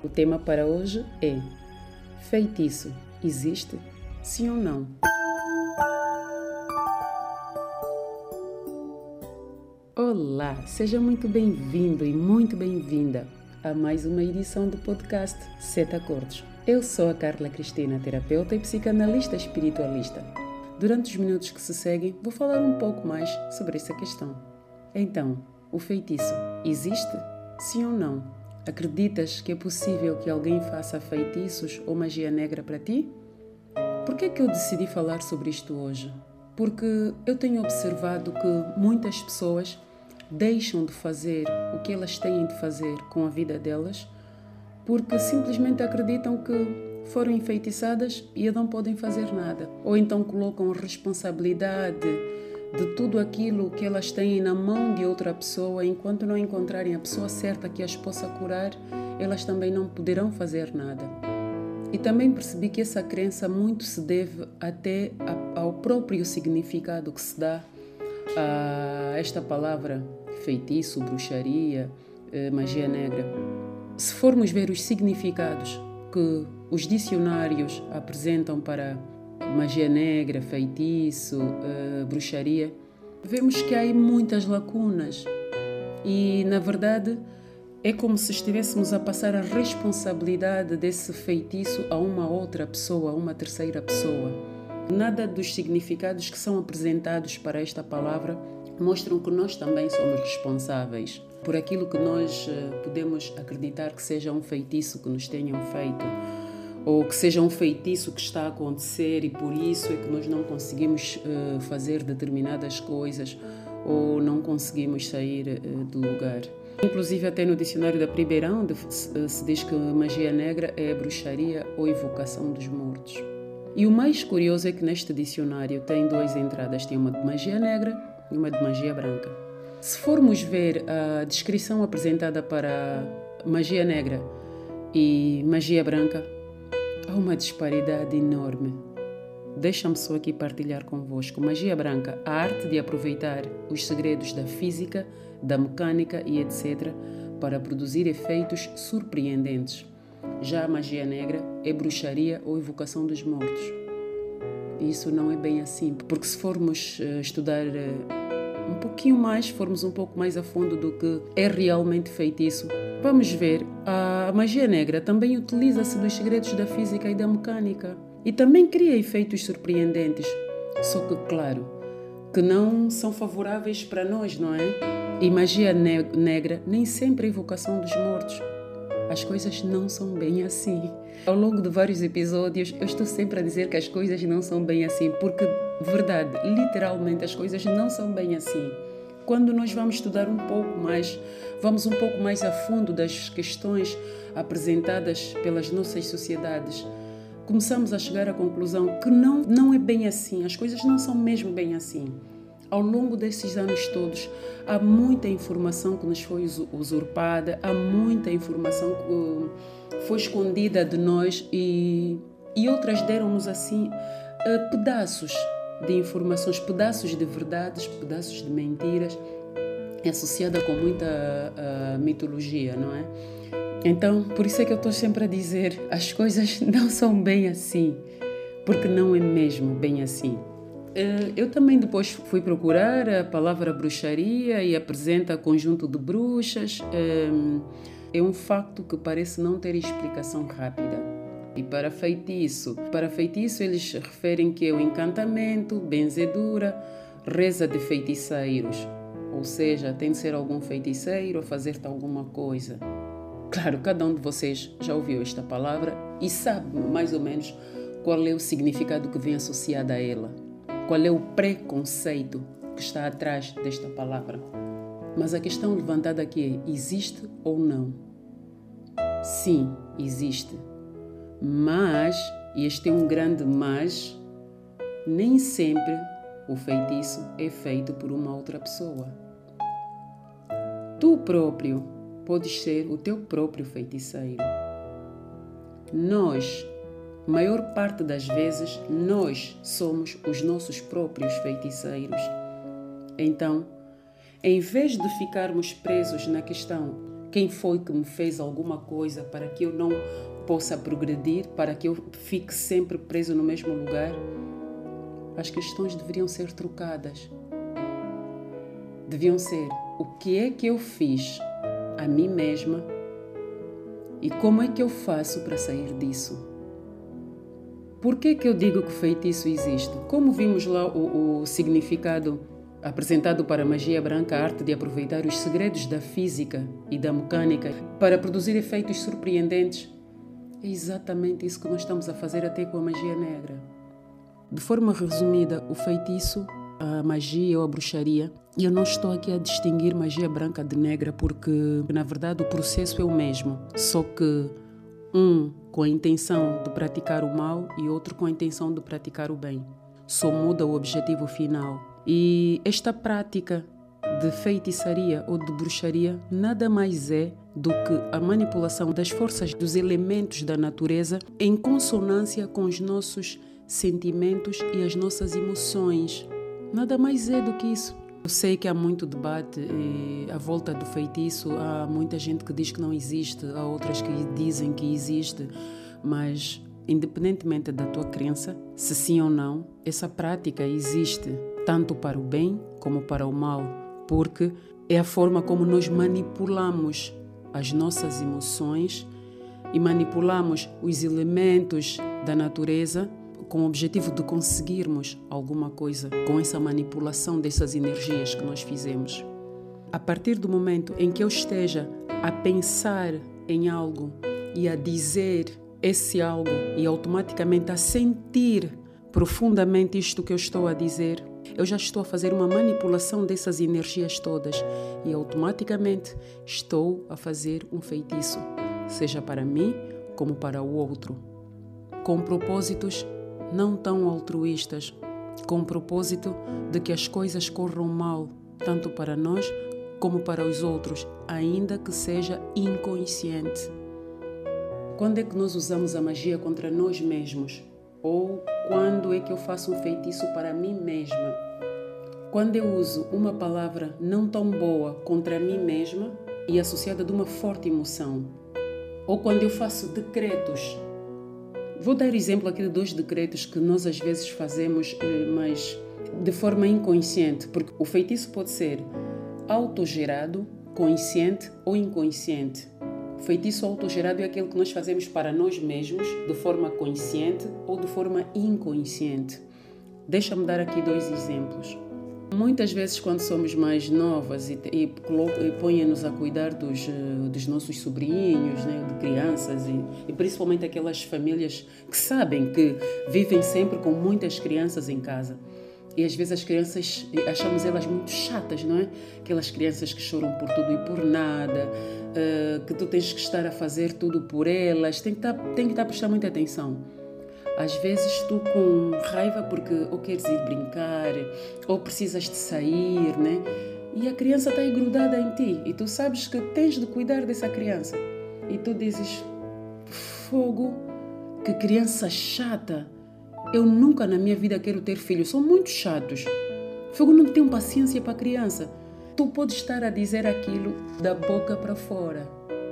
O tema para hoje é: feitiço existe? Sim ou não? Olá, seja muito bem-vindo e muito bem-vinda a mais uma edição do podcast Sete Acordos. Eu sou a Carla Cristina, terapeuta e psicanalista espiritualista. Durante os minutos que se seguem, vou falar um pouco mais sobre essa questão. Então, o feitiço existe? Sim ou não? Acreditas que é possível que alguém faça feitiços ou magia negra para ti? Por que é que eu decidi falar sobre isto hoje? Porque eu tenho observado que muitas pessoas deixam de fazer o que elas têm de fazer com a vida delas porque simplesmente acreditam que foram enfeitiçadas e não podem fazer nada. Ou então colocam responsabilidade de tudo aquilo que elas têm na mão de outra pessoa, enquanto não encontrarem a pessoa certa que as possa curar, elas também não poderão fazer nada. E também percebi que essa crença muito se deve até ao próprio significado que se dá a esta palavra feitiço, bruxaria, magia negra. Se formos ver os significados que os dicionários apresentam para magia negra, feitiço, bruxaria, vemos que há aí muitas lacunas e, na verdade, é como se estivéssemos a passar a responsabilidade desse feitiço a uma outra pessoa, a uma terceira pessoa. Nada dos significados que são apresentados para esta palavra mostram que nós também somos responsáveis por aquilo que nós podemos acreditar que seja um feitiço que nos tenham feito, ou que seja um feitiço que está a acontecer e por isso é que nós não conseguimos fazer determinadas coisas ou não conseguimos sair do lugar. Inclusive até no dicionário da Primeirão se diz que magia negra é bruxaria ou evocação dos mortos. E o mais curioso é que neste dicionário tem duas entradas, tem uma de magia negra e uma de magia branca. Se formos ver a descrição apresentada para magia negra e magia branca, há uma disparidade enorme. Deixa-me só aqui partilhar convosco. Magia branca, a arte de aproveitar os segredos da física, da mecânica e etc. para produzir efeitos surpreendentes. Já a magia negra é bruxaria ou evocação dos mortos. Isso não é bem assim, porque se formos estudar um pouquinho mais, formos um pouco mais a fundo do que é realmente feitiço, vamos ver, a magia negra também utiliza-se dos segredos da física e da mecânica e também cria efeitos surpreendentes, só que, claro, que não são favoráveis para nós, não é? E magia negra nem sempre é evocação dos mortos. As coisas não são bem assim. Ao longo de vários episódios, eu estou sempre a dizer que as coisas não são bem assim, porque, verdade, literalmente as coisas não são bem assim. Quando nós vamos estudar um pouco mais, vamos um pouco mais a fundo das questões apresentadas pelas nossas sociedades, começamos a chegar à conclusão que não é bem assim, as coisas não são mesmo bem assim. Ao longo desses anos todos, há muita informação que nos foi usurpada, há muita informação que foi escondida de nós e outras deram-nos assim pedaços de informações, pedaços de verdades, pedaços de mentiras, associada com muita mitologia, não é? Então, por isso é que eu estou sempre a dizer, as coisas não são bem assim, porque não é mesmo bem assim. Eu também depois fui procurar a palavra bruxaria e apresenta conjunto de bruxas. É um facto que parece não ter explicação rápida. E para feitiço eles referem que é o encantamento, benzedura, reza de feiticeiros. Ou seja, tem de ser algum feiticeiro a fazer-te alguma coisa. Claro, cada um de vocês já ouviu esta palavra e sabe mais ou menos qual é o significado que vem associado a ela. Qual é o preconceito que está atrás desta palavra? Mas a questão levantada aqui é: existe ou não? Sim, existe. Mas, e este é um grande mas, nem sempre o feitiço é feito por uma outra pessoa. Tu próprio podes ser o teu próprio feiticeiro. Nós, maior parte das vezes, nós somos os nossos próprios feiticeiros. Então, em vez de ficarmos presos na questão Quem foi que me fez alguma coisa para que eu não possa progredir, para que eu fique sempre preso no mesmo lugar? As questões deveriam ser trocadas. Deviam ser: o que é que eu fiz a mim mesma e como é que eu faço para sair disso? Por que eu digo que o feitiço existe? Como vimos lá o significado apresentado para a magia branca, a arte de aproveitar os segredos da física e da mecânica para produzir efeitos surpreendentes, é exatamente isso que nós estamos a fazer até com a magia negra. De forma resumida, o feitiço, a magia ou a bruxaria, e eu não estou aqui a distinguir magia branca de negra porque, na verdade, o processo é o mesmo, só que um com a intenção de praticar o mal e outro com a intenção de praticar o bem. Só muda o objetivo final. E esta prática de feitiçaria ou de bruxaria nada mais é do que a manipulação das forças dos elementos da natureza em consonância com os nossos sentimentos e as nossas emoções. Nada mais é do que isso. Eu sei que há muito debate à volta do feitiço, há muita gente que diz que não existe, há outras que dizem que existe, mas independentemente da tua crença, se sim ou não, essa prática existe tanto para o bem como para o mal, porque é a forma como nós manipulamos as nossas emoções e manipulamos os elementos da natureza com o objetivo de conseguirmos alguma coisa com essa manipulação dessas energias que nós fizemos. A partir do momento em que eu esteja a pensar em algo e a dizer esse algo e automaticamente a sentir profundamente isto que eu estou a dizer, eu já estou a fazer uma manipulação dessas energias todas e automaticamente estou a fazer um feitiço, seja para mim como para o outro, com propósitos não tão altruístas, com o propósito de que as coisas corram mal, tanto para nós como para os outros, ainda que seja inconsciente. Quando é que nós usamos a magia contra nós mesmos? Ou quando é que eu faço um feitiço para mim mesma? Quando eu uso uma palavra não tão boa contra mim mesma e associada de uma forte emoção. Ou quando eu faço decretos. Vou dar exemplo aqui de 2 decretos que nós às vezes fazemos, mas de forma inconsciente, porque o feitiço pode ser autogerado, consciente ou inconsciente. O feitiço autogerado é aquele que nós fazemos para nós mesmos, de forma consciente ou de forma inconsciente. Deixa-me dar aqui 2 exemplos. Muitas vezes, quando somos mais novas e põem-nos a cuidar dos nossos sobrinhos, né, de crianças, e principalmente aquelas famílias que sabem que vivem sempre com muitas crianças em casa. E às vezes as crianças, achamos elas muito chatas, não é? Aquelas crianças que choram por tudo e por nada, que tu tens que estar a fazer tudo por elas, tem que estar a prestar muita atenção. Às vezes tu com raiva porque ou queres ir brincar, ou precisas de sair, né? E a criança está aí grudada em ti e tu sabes que tens de cuidar dessa criança. E tu dizes: fogo, que criança chata, eu nunca na minha vida quero ter filhos, são muito chatos. Fogo, não tenho paciência para a criança. Tu podes estar a dizer aquilo da boca para fora,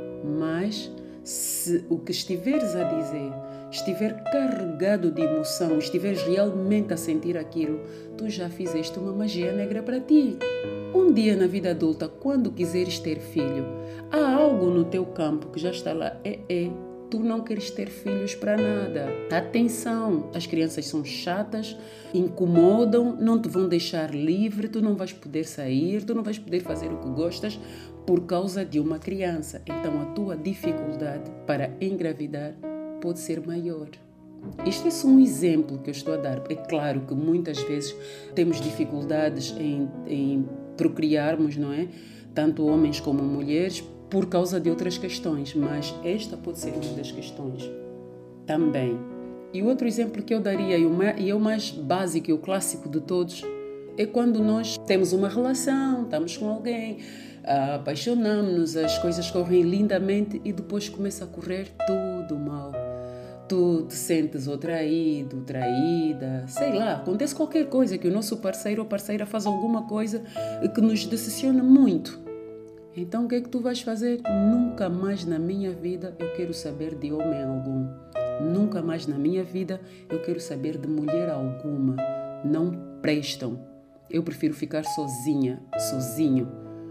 mas se o que estiveres a dizer estiver carregado de emoção, estiveres realmente a sentir aquilo, tu já fizeste uma magia negra para ti. Um dia na vida adulta, quando quiseres ter filho, há algo no teu campo que já está lá. Tu não queres ter filhos para nada. Atenção, as crianças são chatas, incomodam, não te vão deixar livre, tu não vais poder sair, tu não vais poder fazer o que gostas por causa de uma criança. Então a tua dificuldade para engravidar pode ser maior. Isto é só um exemplo que eu estou a dar. É claro que muitas vezes temos dificuldades em procriarmos, não é? Tanto homens como mulheres, por causa de outras questões, mas esta pode ser uma das questões também. E o outro exemplo que eu daria, e é o mais básico e o clássico de todos, é quando nós temos uma relação, estamos com alguém, apaixonamos-nos, as coisas correm lindamente e depois começa a correr tudo mal. Tu te sentes ou traído, traída, sei lá, acontece qualquer coisa, que o nosso parceiro ou parceira faz alguma coisa que nos decepciona muito. Então o que é que tu vais fazer? Nunca mais na minha vida eu quero saber de homem algum. Nunca mais na minha vida eu quero saber de mulher alguma. Não prestam. Eu prefiro ficar sozinha, sozinho.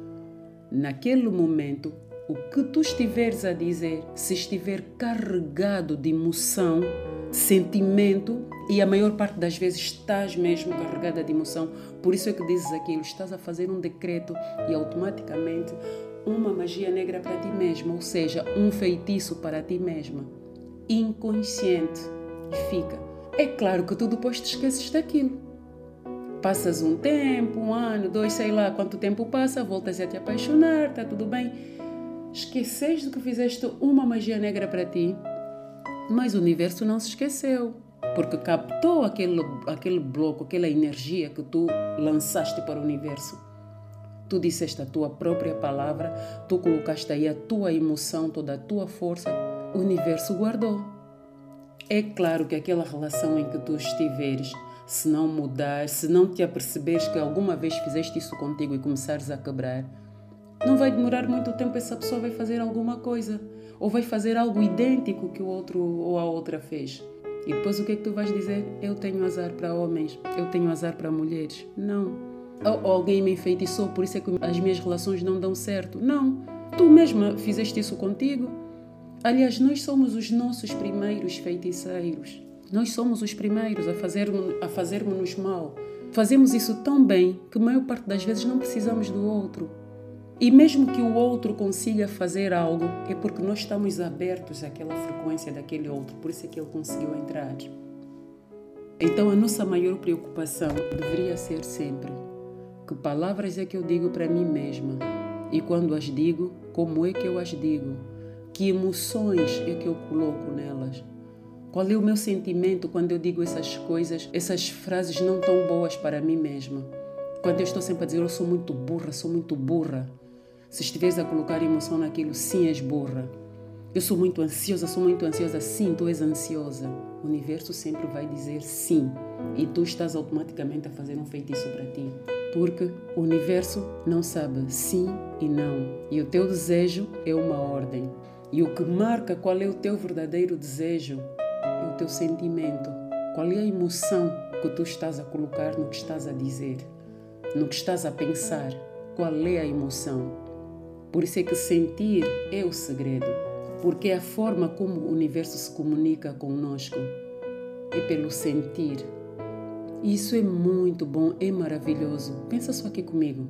Naquele momento, o que tu estiveres a dizer, se estiver carregado de emoção, sentimento, e a maior parte das vezes estás mesmo carregada de emoção, por isso é que dizes aquilo, estás a fazer um decreto e automaticamente uma magia negra para ti mesma, ou seja, um feitiço para ti mesma, inconsciente, e fica. É claro que tu depois te esqueces daquilo. Passas um tempo, 1 ano, 2, sei lá quanto tempo passa, voltas a te apaixonar, está tudo bem. Esqueceste que fizeste uma magia negra para ti, mas o universo não se esqueceu, porque captou aquele bloco, aquela energia que tu lançaste para o universo. Tu disseste a tua própria palavra, tu colocaste aí a tua emoção, toda a tua força, o universo guardou. É claro que aquela relação em que tu estiveres, se não mudares, se não te aperceberes que alguma vez fizeste isso contigo e começares a quebrar, não vai demorar muito tempo, essa pessoa vai fazer alguma coisa, ou vai fazer algo idêntico que o outro ou a outra fez. E depois o que é que tu vais dizer? Eu tenho azar para homens, eu tenho azar para mulheres. Não. Ou alguém me enfeitiçou, por isso é que as minhas relações não dão certo. Não. Tu mesma fizeste isso contigo. Aliás, nós somos os nossos primeiros feiticeiros. Nós somos os primeiros a fazermos-nos mal. Fazemos isso tão bem que a maior parte das vezes não precisamos do outro. E mesmo que o outro consiga fazer algo, é porque nós estamos abertos àquela frequência daquele outro. Por isso é que ele conseguiu entrar. Então a nossa maior preocupação deveria ser sempre: que palavras é que eu digo para mim mesma? E quando as digo, como é que eu as digo? Que emoções é que eu coloco nelas? Qual é o meu sentimento quando eu digo essas coisas, essas frases não tão boas para mim mesma? Quando eu estou sempre a dizer, eu sou muito burra, sou muito burra. Se estiveres a colocar emoção naquilo, sim, és burra. Eu sou muito ansiosa, sim, tu és ansiosa. O universo sempre vai dizer sim. E tu estás automaticamente a fazer um feitiço para ti. Porque o universo não sabe sim e não. E o teu desejo é uma ordem. E o que marca qual é o teu verdadeiro desejo é o teu sentimento. Qual é a emoção que tu estás a colocar no que estás a dizer? No que estás a pensar? Qual é a emoção? Por isso é que sentir é o segredo. Porque é a forma como o universo se comunica conosco. É pelo sentir. E isso é muito bom, é maravilhoso. Pensa só aqui comigo.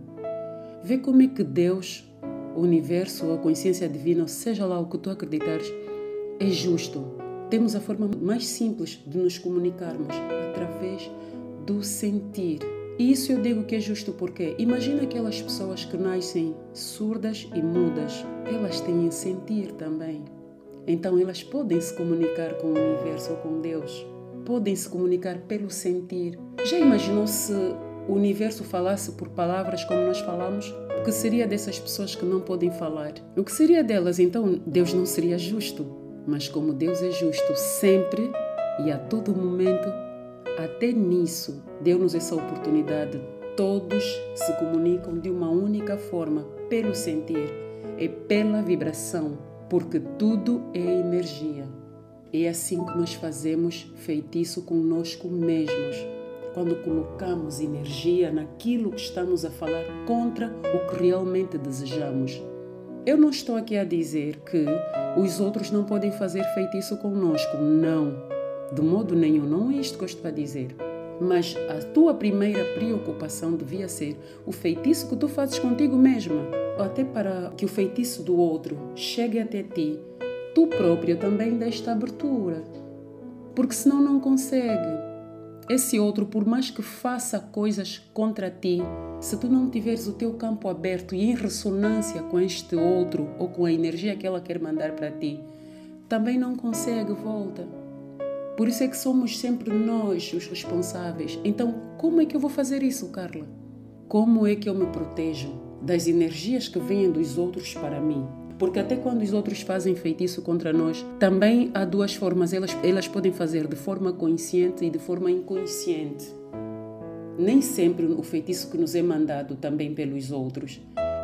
Vê como é que Deus, o universo, a consciência divina, ou seja lá o que tu acreditares, é justo. Temos a forma mais simples de nos comunicarmos, através do sentir. E isso eu digo que é justo porque imagina aquelas pessoas que nascem surdas e mudas. Elas têm sentir também. Então elas podem se comunicar com o universo ou com Deus. Podem se comunicar pelo sentir. Já imaginou se o universo falasse por palavras como nós falamos? O que seria dessas pessoas que não podem falar? O que seria delas? Então Deus não seria justo. Mas como Deus é justo sempre e a todo momento, até nisso, deu-nos essa oportunidade. Todos se comunicam de uma única forma, pelo sentir, é pela vibração, porque tudo é energia. É assim que nós fazemos feitiço conosco mesmos, quando colocamos energia naquilo que estamos a falar contra o que realmente desejamos. Eu não estou aqui a dizer que os outros não podem fazer feitiço conosco, não. De modo nenhum, não é isto que eu estou a dizer. Mas a tua primeira preocupação devia ser o feitiço que tu fazes contigo mesma. Até para que o feitiço do outro chegue até ti, tu próprio também deste abertura. Porque senão não consegue. Esse outro, por mais que faça coisas contra ti, se tu não tiveres o teu campo aberto e em ressonância com este outro ou com a energia que ela quer mandar para ti, também não consegue volta. Por isso é que somos sempre nós os responsáveis. Então, como é que eu vou fazer isso, Carla? Como é que eu me protejo das energias que vêm dos outros para mim? Porque até quando os outros fazem feitiço contra nós, também há duas formas. Elas podem fazer de forma consciente e de forma inconsciente. Nem sempre o feitiço que nos é mandado também pelos outros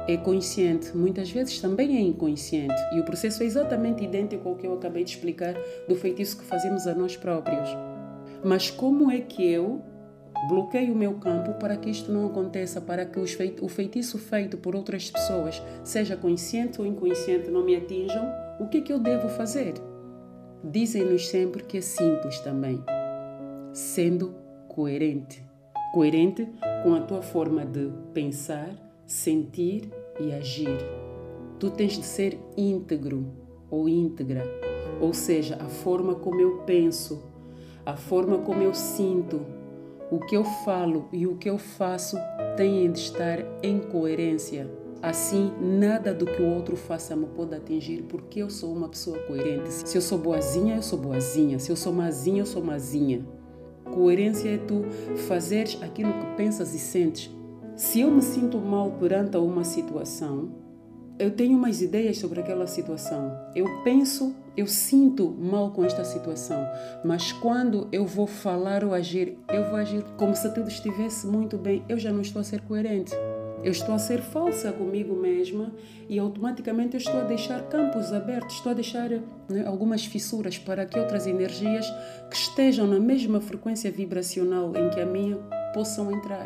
é consciente, muitas vezes também é inconsciente. E o processo é exatamente idêntico ao que eu acabei de explicar do feitiço que fazemos a nós próprios. Mas como é que eu bloqueio o meu campo para que isto não aconteça, para que o feitiço feito por outras pessoas, seja consciente ou inconsciente, não me atinjam? O que é que eu devo fazer? Dizem-nos sempre que é simples também, sendo coerente. Coerente com a tua forma de pensar, sentir e agir. Tu tens de ser íntegro ou íntegra, ou seja, a forma como eu penso, a forma como eu sinto, o que eu falo e o que eu faço têm de estar em coerência. Assim, nada do que o outro faça me pode atingir, porque eu sou uma pessoa coerente. Se eu sou boazinha, eu sou boazinha. Se eu sou mazinha, eu sou mazinha. Coerência é tu fazeres aquilo que pensas e sentes. Se eu me sinto mal perante uma situação, eu tenho umas ideias sobre aquela situação. Eu penso, eu sinto mal com esta situação. Mas quando eu vou falar ou agir, eu vou agir como se tudo estivesse muito bem. Eu já não estou a ser coerente. Eu estou a ser falsa comigo mesma e automaticamente eu estou a deixar campos abertos, estou a deixar algumas fissuras para que outras energias que estejam na mesma frequência vibracional em que a minha possam entrar.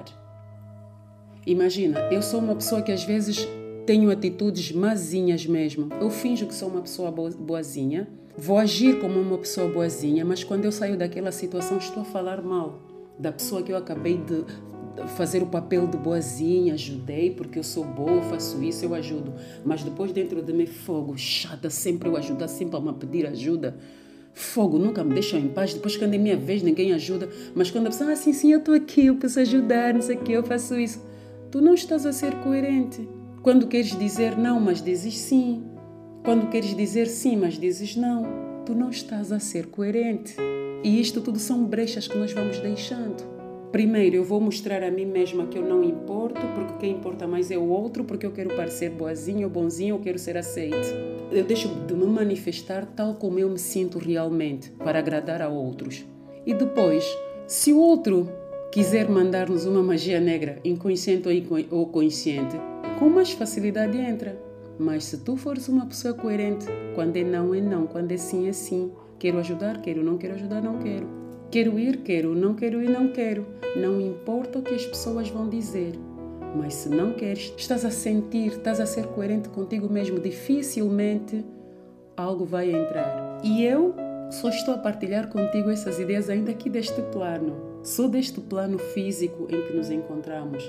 Imagina, eu sou uma pessoa que às vezes tenho atitudes mazinhas mesmo. Eu finjo que sou uma pessoa boazinha, vou agir como uma pessoa boazinha, mas quando eu saio daquela situação estou a falar mal da pessoa que eu acabei de fazer o papel de boazinha, ajudei porque eu sou boa, faço isso, eu ajudo. Mas depois dentro de mim, fogo, chata, sempre eu ajudar, sempre a me pedir ajuda. Fogo, nunca me deixam em paz. Depois quando é minha vez, ninguém ajuda. Mas quando a pessoa, sim, eu estou aqui, eu posso ajudar, não sei o que, eu faço isso. Tu não estás a ser coerente. Quando queres dizer não, mas dizes sim. Quando queres dizer sim, mas dizes não. Tu não estás a ser coerente. E isto tudo são brechas que nós vamos deixando. Primeiro, eu vou mostrar a mim mesma que eu não importo, porque quem importa mais é o outro, porque eu quero parecer boazinho ou bonzinho, eu quero ser aceite. Eu deixo de me manifestar tal como eu me sinto realmente, para agradar a outros. E depois, se o outro quiser mandar-nos uma magia negra, inconsciente ou consciente, com mais facilidade entra. Mas se tu fores uma pessoa coerente, quando é não, quando é sim, é sim. Quero ajudar, quero, não quero ajudar, não quero. Quero ir, quero, não quero ir, não quero. Não importa o que as pessoas vão dizer. Mas se não queres, estás a sentir, estás a ser coerente contigo mesmo, dificilmente algo vai entrar. E eu só estou a partilhar contigo essas ideias ainda aqui deste plano. Só deste plano físico em que nos encontramos.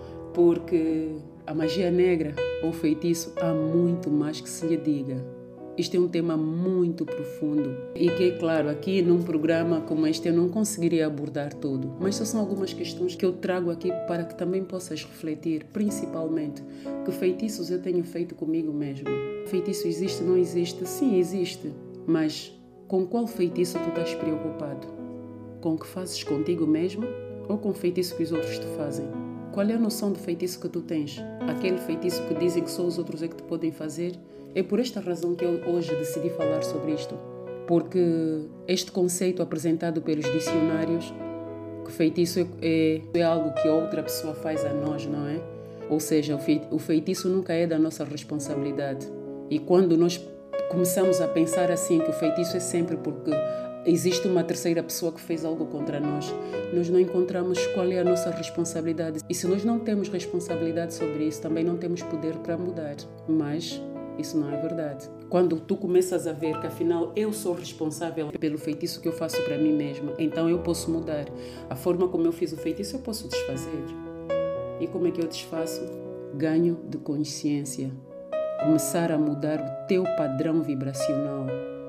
Porque a magia negra ou feitiço há muito mais que se lhe diga. Isto é um tema muito profundo e que, é claro, aqui num programa como este eu não conseguiria abordar tudo, mas só são algumas questões que eu trago aqui para que também possas refletir, principalmente, que feitiços eu tenho feito comigo mesmo. Feitiço existe, não existe? Sim, existe, mas com qual feitiço tu estás preocupado? Com o que fazes contigo mesmo ou com o feitiço que os outros te fazem? Qual é a noção do feitiço que tu tens? Aquele feitiço que dizem que só os outros é que te podem fazer? É por esta razão que eu hoje decidi falar sobre isto. Porque este conceito apresentado pelos dicionários, que feitiço é algo que outra pessoa faz a nós, não é? Ou seja, o feitiço nunca é da nossa responsabilidade. E quando nós começamos a pensar assim, que o feitiço é sempre porque existe uma terceira pessoa que fez algo contra nós, nós não encontramos qual é a nossa responsabilidade. E se nós não temos responsabilidade sobre isso, também não temos poder para mudar. Mas isso não é verdade. Quando tu começas a ver que afinal eu sou responsável pelo feitiço que eu faço para mim mesma, então eu posso mudar. A forma como eu fiz o feitiço eu posso desfazer. E como é que eu desfaço? Ganho de consciência. Começar a mudar o teu padrão vibracional.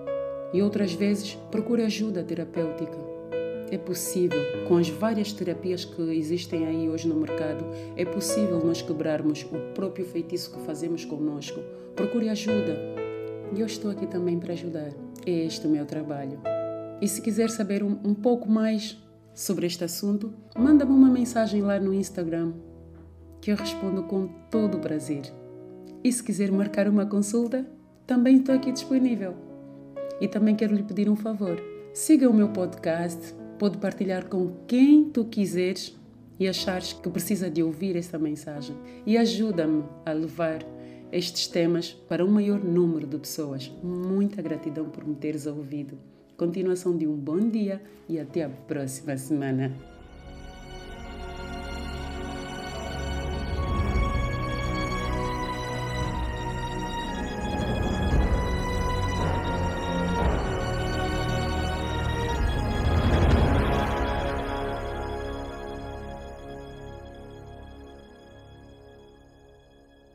E outras vezes, procure ajuda terapêutica. É possível, com as várias terapias que existem aí hoje no mercado, é possível nós quebrarmos o próprio feitiço que fazemos conosco. Procure ajuda. E eu estou aqui também para ajudar. É este o meu trabalho. E se quiser saber um pouco mais sobre este assunto, manda-me uma mensagem lá no Instagram, que eu respondo com todo o prazer. E se quiser marcar uma consulta, também estou aqui disponível. E também quero lhe pedir um favor. Siga o meu podcast, pode partilhar com quem tu quiseres e achares que precisa de ouvir esta mensagem. E ajuda-me a levar estes temas para um maior número de pessoas. Muita gratidão por me teres ouvido. Continuação de um bom dia e até a próxima semana.